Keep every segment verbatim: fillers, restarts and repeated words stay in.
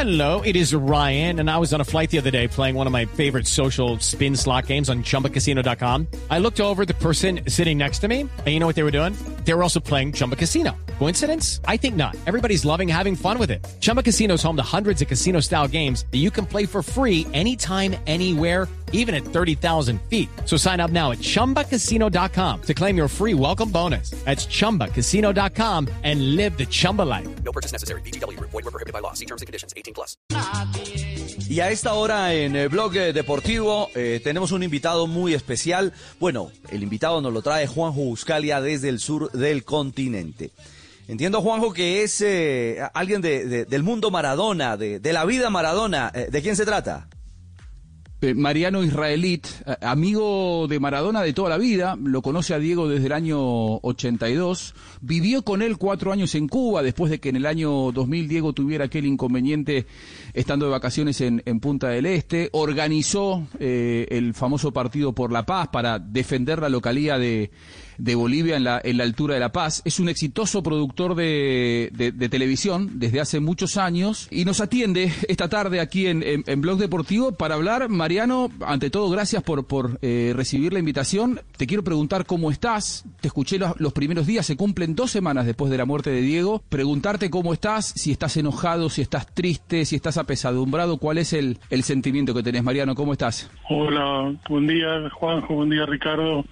Hello, it is Ryan, and I was on a flight the other day playing one of my favorite social spin slot games on Chumba Casino dot com. I looked over at the person sitting next to me, and you know what they were doing? They were also playing Chumba Casino. Coincidence? I think not. Everybody's loving having fun with it. Chumba Casino is home to hundreds of casino-style games that you can play for free anytime, anywhere, even at thirty thousand feet. So sign up now at Chumba Casino dot com to claim your free welcome bonus. That's Chumba Casino dot com and live the Chumba life. No purchase necessary. V G W. Void where prohibited by law. See terms and conditions. eighteen plus. Y a esta hora en el Blog Deportivo eh, tenemos un invitado muy especial. Bueno, el invitado nos lo trae Juanjo Buscalia desde el sur del continente. Entiendo, Juanjo, que es eh, alguien de, de, del mundo Maradona, de, de la vida Maradona. Eh, ¿De quién se trata? Mariano Israelit, amigo de Maradona de toda la vida, lo conoce a Diego desde el año ochenta y dos, vivió con él cuatro años en Cuba, después de que en el año dos mil Diego tuviera aquel inconveniente estando de vacaciones en, en Punta del Este, organizó eh, el famoso Partido por la Paz para defender la localía de, de Bolivia en la, en la altura de La Paz. Es un exitoso productor de, de, de televisión desde hace muchos años y nos atiende esta tarde aquí en, en, en Blog Deportivo para hablar. Mariano, ante todo, gracias por, por eh, recibir la invitación. Te quiero preguntar cómo estás. Te escuché los, los primeros días, se cumplen dos semanas después de la muerte de Diego. Preguntarte cómo estás, si estás enojado, si estás triste, si estás apesadumbrado. ¿Cuál es el, el sentimiento que tenés, Mariano? ¿Cómo estás? Hola, buen día, Juanjo, buen día, Ricardo.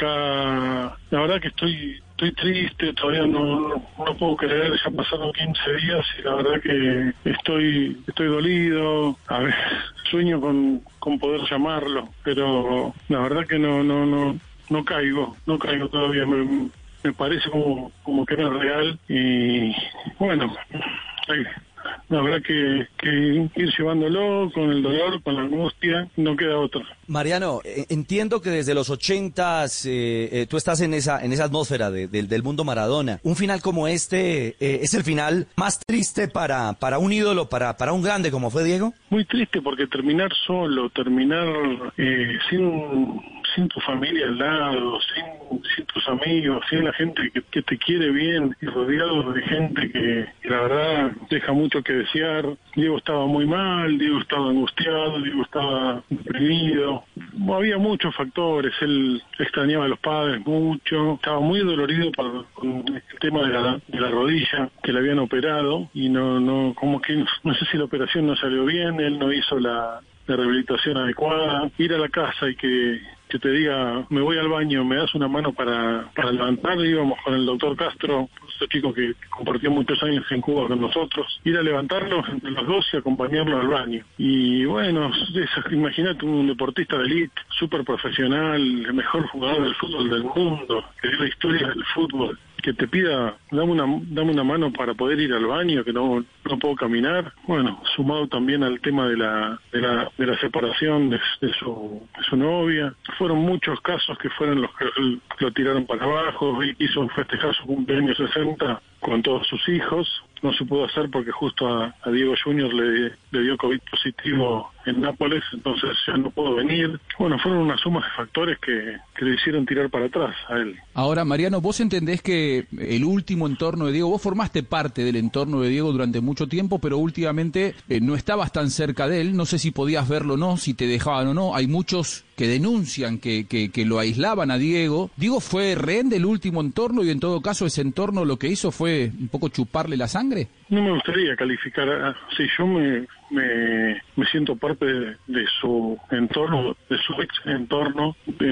Acá, la verdad que estoy... Estoy triste, todavía no, no, no puedo creer, ya pasaron quince días y la verdad que estoy estoy dolido, a ver, sueño con, con poder llamarlo, pero la verdad que no no no no caigo, no caigo todavía, me, me parece como, como que no es real y bueno, hay, la verdad que, que ir llevándolo con el dolor, con la angustia, no queda otra. Mariano, eh, entiendo que desde los ochentas eh, eh, tú estás en esa en esa atmósfera de, de, del mundo Maradona. Un final como este eh, es el final más triste para para un ídolo, para para un grande como fue Diego. Muy triste porque terminar solo, terminar eh, sin sin tu familia al lado, sin, sin tus amigos, sin la gente que, que te quiere bien y rodeado de gente que, que la verdad deja mucho que desear. Diego estaba muy mal, Diego estaba angustiado, Diego estaba deprimido. Había muchos factores, él extrañaba a los padres mucho, estaba muy dolorido por, con el tema de la, de la rodilla que le habían operado y no, no, como que no sé si la operación no salió bien, él no hizo la, la rehabilitación adecuada, ir a la casa y que que te diga, me voy al baño, me das una mano para, para levantar, íbamos con el doctor Castro, ese chico que compartió muchos años en Cuba con nosotros, ir a levantarlo entre los dos y acompañarlo al baño. Y bueno, imagínate un deportista de élite, súper profesional, el mejor jugador del fútbol del mundo, que dio la historia del fútbol, que te pida, dame una, dame una mano para poder ir al baño, que no, no puedo caminar. Bueno, sumado también al tema de la, de la, de la separación de, de, su, de su novia. Fueron muchos casos que fueron los que lo tiraron para abajo, y quiso festejar su cumpleaños sesenta con todos sus hijos. No se pudo hacer porque justo a, a Diego Junior le, le dio COVID positivo en Nápoles, entonces ya no pudo venir. Bueno, fueron una suma de factores que, que le hicieron tirar para atrás a él. Ahora, Mariano, vos entendés que el último entorno de Diego, vos formaste parte del entorno de Diego durante mucho tiempo, pero últimamente eh, no estabas tan cerca de él, no sé si podías verlo o no, si te dejaban o no. Hay muchos que denuncian que, que, que lo aislaban a Diego. Diego fue rehén del último entorno y en todo caso ese entorno lo que hizo fue un poco chuparle la sangre. No me gustaría calificar, a, sí, yo me, me, me siento parte de, de su entorno, de su ex entorno. De,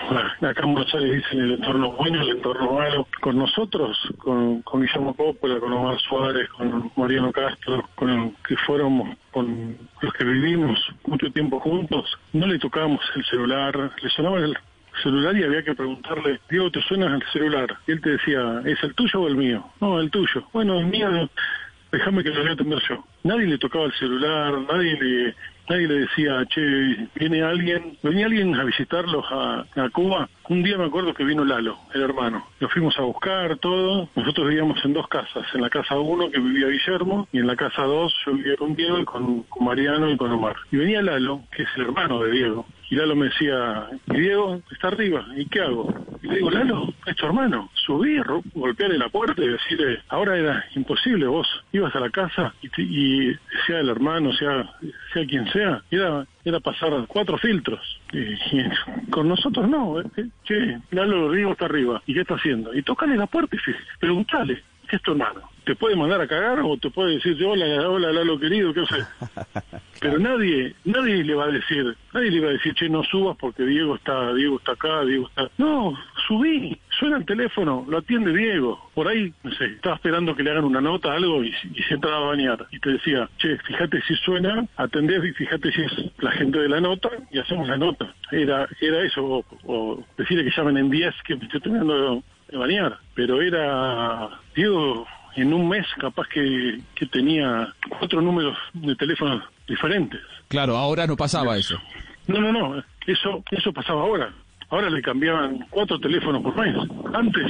acá en Buenos Aires dicen el entorno bueno, el entorno malo. Con nosotros, con, con Guillermo Coppola, con Omar Suárez, con Mariano Castro, con el que fuéramos, con los que vivimos mucho tiempo juntos, no le tocábamos el celular, le sonaba el celular y había que preguntarle, Diego, ¿te suena el celular? Y él te decía, ¿es el tuyo o el mío? No, el tuyo. Bueno, el mío, déjame que lo voy a atender yo. Nadie le tocaba el celular, nadie le nadie le decía, che, viene alguien, venía alguien a visitarlos a, a Cuba. Un día me acuerdo que vino Lalo, el hermano. Lo fuimos a buscar, todo. Nosotros vivíamos en dos casas. En la casa uno, que vivía Guillermo, y en la casa dos, yo vivía con Diego, y con, con Mariano y con Omar. Y venía Lalo, que es el hermano de Diego. Y Lalo me decía, y Diego está arriba, ¿y qué hago? Y le digo, Lalo, es tu hermano. Subí, ro- golpearle la puerta y decirle, ahora era imposible, vos ibas a la casa y, te, y sea el hermano, sea sea quien sea, era era pasar cuatro filtros. Y, y con nosotros no. Eh, che, Lalo Diego está arriba. ¿Y qué está haciendo? Y tócale la puerta y fíjate, preguntale, ¿qué es tu hermano? ¿Te puede mandar a cagar o te puede decir, hola, hola, Lalo querido, qué sé? Pero nadie, nadie le va a decir, nadie le va a decir, che, no subas porque Diego está, Diego está acá, Diego está... No, subí, suena el teléfono, lo atiende Diego. Por ahí, no sé, estaba esperando que le hagan una nota, algo, y, y se entraba a bañar. Y te decía, che, fíjate si suena, atendés y fíjate si es la gente de la nota, y hacemos la nota. Era era eso, o, o decirle que llamen en diez, que me estoy terminando de bañar. Pero era, Diego... En un mes capaz que, que tenía cuatro números de teléfono diferentes. Claro, ahora no pasaba eso. No, no, no, eso eso pasaba ahora. Ahora le cambiaban cuatro teléfonos por mes. Antes,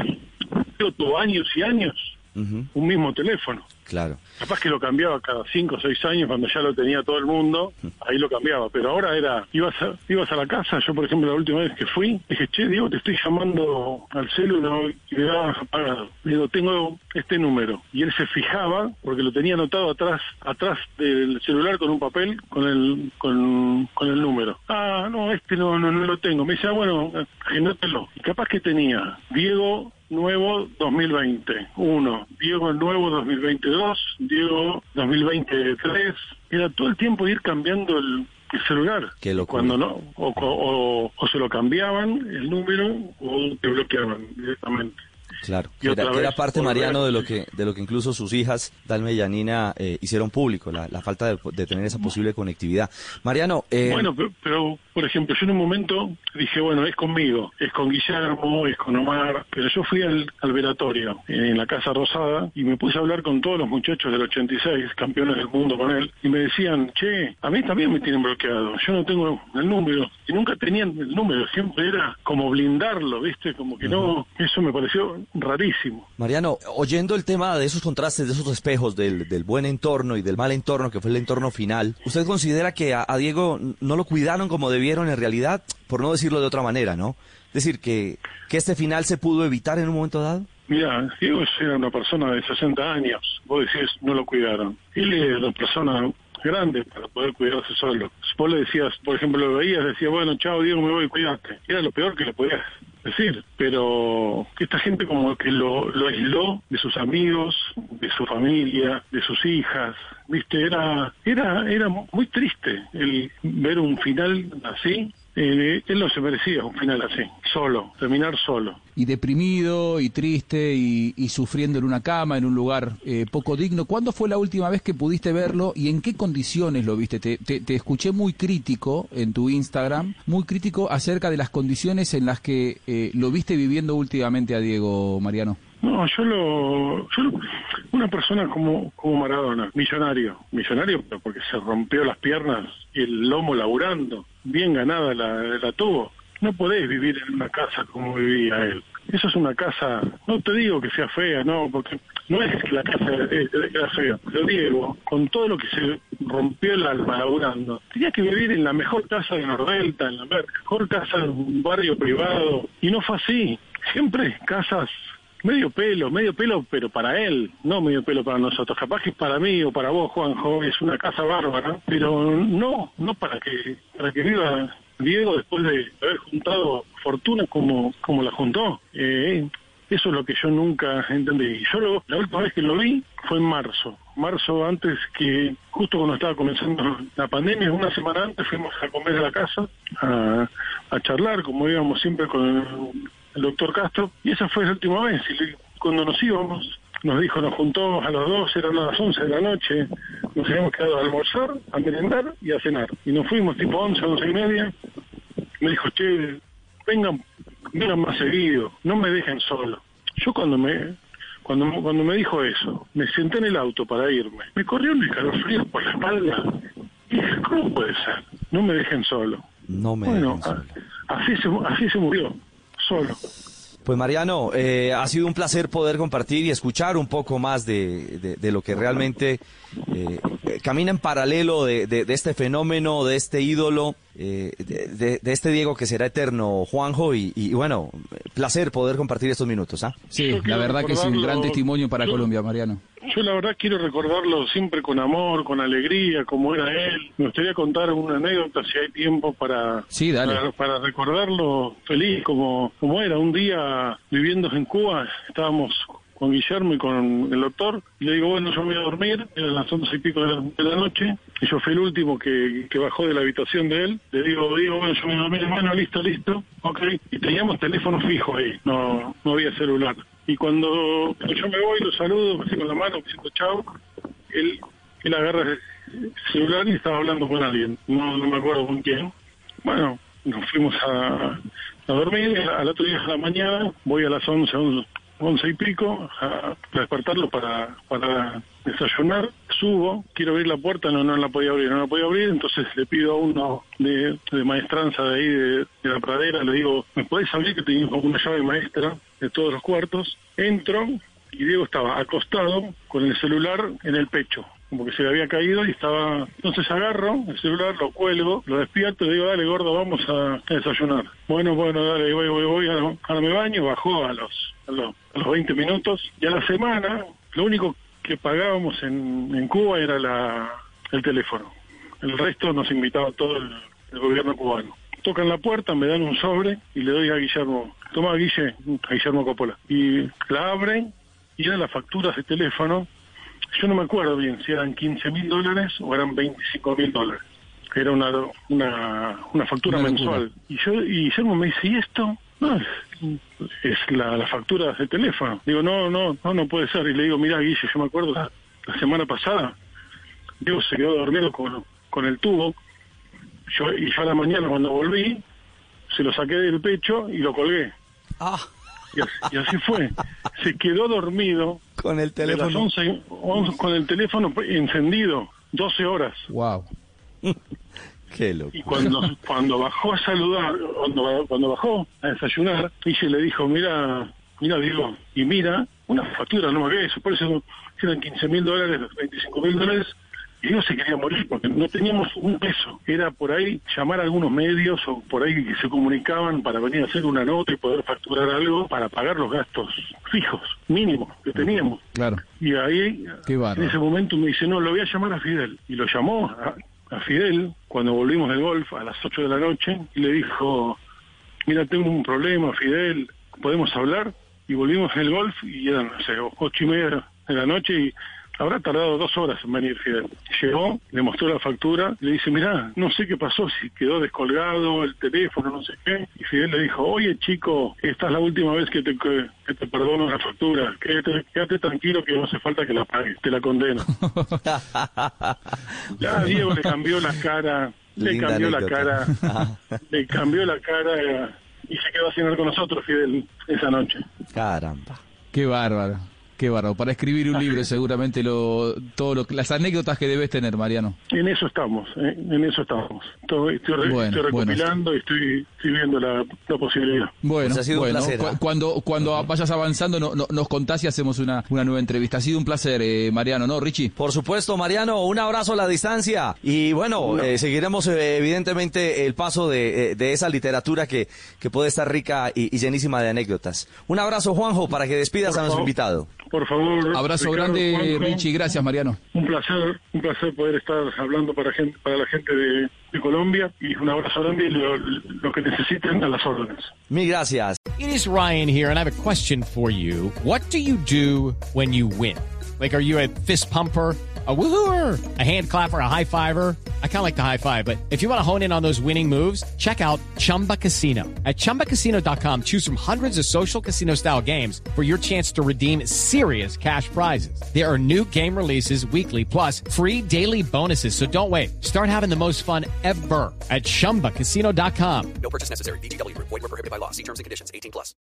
yo tuve años y años uh-huh. un mismo teléfono. Claro. Capaz que lo cambiaba cada cinco o seis años cuando ya lo tenía todo el mundo, ahí lo cambiaba. Pero ahora era, ibas a, ibas a la casa, yo por ejemplo la última vez que fui, dije, che, Diego, te estoy llamando al celular y me dabas apagado. Le digo, tengo este número. Y él se fijaba, porque lo tenía anotado atrás atrás del celular con un papel, con el con, con el número. Ah, no, este no, no, no lo tengo. Me decía, bueno, anótelo. Y capaz que tenía Diego Nuevo dos mil veinte, uno, Diego Nuevo dos mil veintidós, Diego dos mil veintitrés, era todo el tiempo ir cambiando el, el celular. Qué locura. Cuando no, o, o, o se lo cambiaban el número o te bloqueaban directamente. Claro, que era, que era parte, Mariano, de lo que de lo que incluso sus hijas, Dalma y Yanina, eh, hicieron público, la, la falta de, de tener esa posible conectividad. Mariano... Eh... Bueno, pero, pero, por ejemplo, yo en un momento dije, bueno, es conmigo, es con Guillermo, es con Omar, pero yo fui al, al velatorio en la Casa Rosada y me puse a hablar con todos los muchachos del ochenta y seis, campeones del mundo con él, y me decían, che, a mí también me tienen bloqueado, yo no tengo el número, y nunca tenían el número, siempre era como blindarlo, ¿viste? Como que no, eso me pareció rarísimo. Mariano, oyendo el tema de esos contrastes, de esos espejos del, del buen entorno y del mal entorno, que fue el entorno final, ¿usted considera que a, a Diego no lo cuidaron como debieron en realidad? Por no decirlo de otra manera, ¿no? Es decir, que, que este final se pudo evitar en un momento dado. Mira, Diego era una persona de sesenta años, vos decís, no lo cuidaron. Él era una persona grande para poder cuidarse solo. Vos le decías, por ejemplo, lo veías, decía, bueno, chao Diego, me voy, cuídate. Era lo peor que le podías decir, pero esta gente como que lo, lo aisló de sus amigos, de su familia, de sus hijas, viste, era era era muy triste el ver un final así. Eh, él no se merecía un final así, solo, terminar solo. Y deprimido, y triste, y, y sufriendo en una cama, en un lugar eh, poco digno. ¿Cuándo fue la última vez que pudiste verlo y en qué condiciones lo viste? Te, te, te escuché muy crítico en tu Instagram, muy crítico acerca de las condiciones en las que eh, lo viste viviendo últimamente a Diego, Mariano. No, yo lo, yo lo, una persona como como Maradona, millonario, millonario porque se rompió las piernas y el lomo laburando, bien ganada la, la tuvo. No podés vivir en una casa como vivía él. Eso es una casa, no te digo que sea fea, no, porque no es que la casa era fea, pero Diego, con todo lo que se rompió el alma laburando, tenía que vivir en la mejor casa de Nordelta, en la mejor casa de un barrio privado, y no fue así. Siempre casas medio pelo, medio pelo, pero para él, no medio pelo para nosotros. Capaz que para mí o para vos, Juanjo, es una casa bárbara, pero no, no para que para que viva Diego después de haber juntado fortuna como como la juntó. Eh, eso es lo que yo nunca entendí. Yo lo, la última vez que lo vi fue en marzo. Marzo antes que, justo cuando estaba comenzando la pandemia, una semana antes fuimos a comer a la casa, a, a charlar, como íbamos siempre con el, el doctor Castro, y esa fue la última vez. Y cuando nos íbamos, nos dijo, nos juntó a los dos, eran las once de la noche, nos habíamos quedado a almorzar, a merendar y a cenar. Y nos fuimos tipo once, once y media. Me dijo, che, vengan, vengan más seguido, no me dejen solo. Yo cuando me cuando cuando me dijo eso, me senté en el auto para irme. Me corrió un escalofrío por la espalda. Y dije, ¿cómo puede ser? No me dejen solo. No me bueno, dejen solo. A, así, se, así se murió, solo. Pues Mariano, eh, ha sido un placer poder compartir y escuchar un poco más de, de, de lo que realmente eh, camina en paralelo de, de, de este fenómeno, de este ídolo, eh, de, de, de este Diego que será eterno, Juanjo, y, y bueno, placer poder compartir estos minutos. ¿ah? Sí, Yo la quiero verdad que es un gran recordarlo. testimonio para Yo- Colombia, Mariano. Yo la verdad quiero recordarlo siempre con amor, con alegría, como era él. Me gustaría contar una anécdota si hay tiempo para, Sí, dale. para, para recordarlo feliz como, como era. Un día viviendo en Cuba, estábamos con Guillermo y con el doctor, y le digo, bueno, yo me voy a dormir, eran las once y pico de la, de la noche, y yo fui el último que, que bajó de la habitación de él. Le digo, digo, bueno, yo me voy a dormir, hermano, listo, listo, ok. Y teníamos teléfono fijo ahí, no, no había celular. Y cuando yo me voy, lo saludo, así con la mano, diciendo chao, él, él agarra el celular y estaba hablando con alguien, no, no me acuerdo con quién. Bueno, nos fuimos a, a dormir, al otro día a la mañana, voy a las once, once, once y pico, a despertarlo para, para desayunar, subo, quiero abrir la puerta, no, no la podía abrir, no la podía abrir, entonces le pido a uno de, de maestranza de ahí, de, de la pradera, le digo, ¿me podés abrir que tenía como una llave maestra de todos los cuartos? Entro y Diego estaba acostado con el celular en el pecho, como que se le había caído y estaba... Entonces agarro el celular, lo cuelgo, lo despierto y le digo, dale gordo, vamos a desayunar. Bueno, bueno, dale, voy, voy, voy, ahora me baño, bajó a los, a los, a los veinte minutos. Y a la semana, lo único que pagábamos en, en Cuba era la, el teléfono. El resto nos invitaba todo el, el gobierno cubano. Tocan la puerta, me dan un sobre y le doy a Guillermo, toma Guille, a Guillermo Coppola. Y la abren y eran las facturas de teléfono. Yo no me acuerdo bien si eran quince mil dólares o eran veinticinco mil dólares. Era una una, una factura Una mensual. Y yo y Guillermo me dice, ¿y esto? No, es, es la, la factura del teléfono. Digo, no, no, no, no puede ser. Y le digo, mira, Guille, yo me acuerdo la, la semana pasada, Diego se quedó dormido con, con el tubo. Yo, y yo a la mañana cuando volví, se lo saqué del pecho y lo colgué. Ah, Y así, y así fue. Se quedó dormido con el de las teléfono. once, once con el teléfono encendido, doce horas. Wow. Qué loco. Y cuando cuando bajó a saludar, cuando, cuando bajó a desayunar, Guille le dijo, mira, mira, Diego, y mira, una factura, no me quedé, por eso eran quince mil dólares, veinticinco mil dólares, y Diego se quería morir porque no teníamos un peso. Era por ahí llamar a algunos medios o por ahí que se comunicaban para venir a hacer una nota y poder facturar algo para pagar los gastos fijos, mínimos, que teníamos. Claro. Y ahí, Qué bárbaro. en ese momento me dice, no, lo voy a llamar a Fidel. Y lo llamó a, a Fidel cuando volvimos del golf a las ocho de la noche y le dijo, mira, tengo un problema, Fidel, ¿podemos hablar? Y volvimos del golf y eran, no sé, ocho y media de la noche y habrá tardado dos horas en venir Fidel. Llegó, le mostró la factura, le dice, mirá, no sé qué pasó, si quedó descolgado el teléfono, no sé qué. Y Fidel le dijo, oye chico, esta es la última vez que te, que, que te perdono la factura. Quédate, quédate tranquilo que no hace falta que la pagues, te la condeno. Ya a Diego le cambió la cara, le Linda cambió la anécdota. cara, le cambió la cara eh, y se quedó a cenar con nosotros Fidel esa noche. Caramba. Qué bárbaro. Qué bárbaro. Para escribir un libro seguramente lo, todo lo, las anécdotas que debes tener, Mariano. En eso estamos, eh, en eso estamos. Estoy, estoy, re- Bueno, estoy bueno. recopilando y estoy, estoy viendo la, la posibilidad. Bueno, Pues ha sido un bueno, placer, cu- ¿ah? cuando cuando vayas avanzando no, no- nos contás y hacemos una, una nueva entrevista. Ha sido un placer, eh, Mariano, ¿no, Richie? Por supuesto, Mariano, un abrazo a la distancia. Y bueno, eh, seguiremos eh, evidentemente el paso de, eh, de esa literatura que, que puede estar rica y, y llenísima de anécdotas. Un abrazo, Juanjo, para que despidas Por a nuestro favor. invitado. Por favor. Abrazo Ricardo, grande, Juanjo, Richie. Gracias, Mariano. Un placer, un placer poder estar hablando para gente, para la gente de, de Colombia y un abrazo grande y lo, lo que necesiten a las órdenes. Mil gracias. It is Ryan here, and I have a question for you. What do you do when you win? Like, are you a fist pumper, a woohooer, a hand clapper, a high fiver? I kind of like the high five, but if you want to hone in on those winning moves, check out Chumba Casino. At chumba casino dot com, choose from hundreds of social casino style games for your chance to redeem serious cash prizes. There are new game releases weekly, plus free daily bonuses. So don't wait. Start having the most fun ever at chumba casino dot com. No purchase necessary. V G W Group. Void where prohibited by law. See terms and conditions. eighteen plus.